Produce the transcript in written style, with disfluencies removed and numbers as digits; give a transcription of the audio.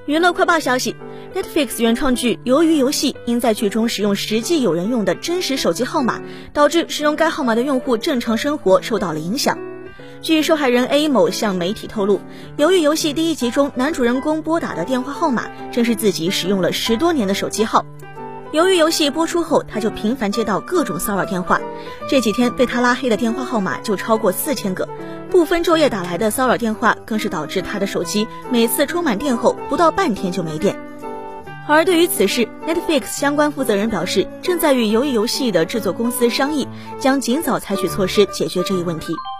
娱乐快报消息 ，Netflix 原创剧《鱿鱼游戏》因在剧中使用实际有人用的真实手机号码，导致使用该号码的用户正常生活受到了影响。据受害人 A 某向媒体透露，《鱿鱼游戏》第1集中男主人公拨打的电话号码正是自己使用了10多年的手机号。鱿鱼游戏播出后，他就频繁接到各种骚扰电话，这几天被他拉黑的电话号码就超过4000个，不分昼夜打来的骚扰电话更是导致他的手机每次充满电后不到半天就没电。而对于此事 ，Netflix 相关负责人表示，正在与鱿鱼游戏的制作公司商议，将尽早采取措施解决这一问题。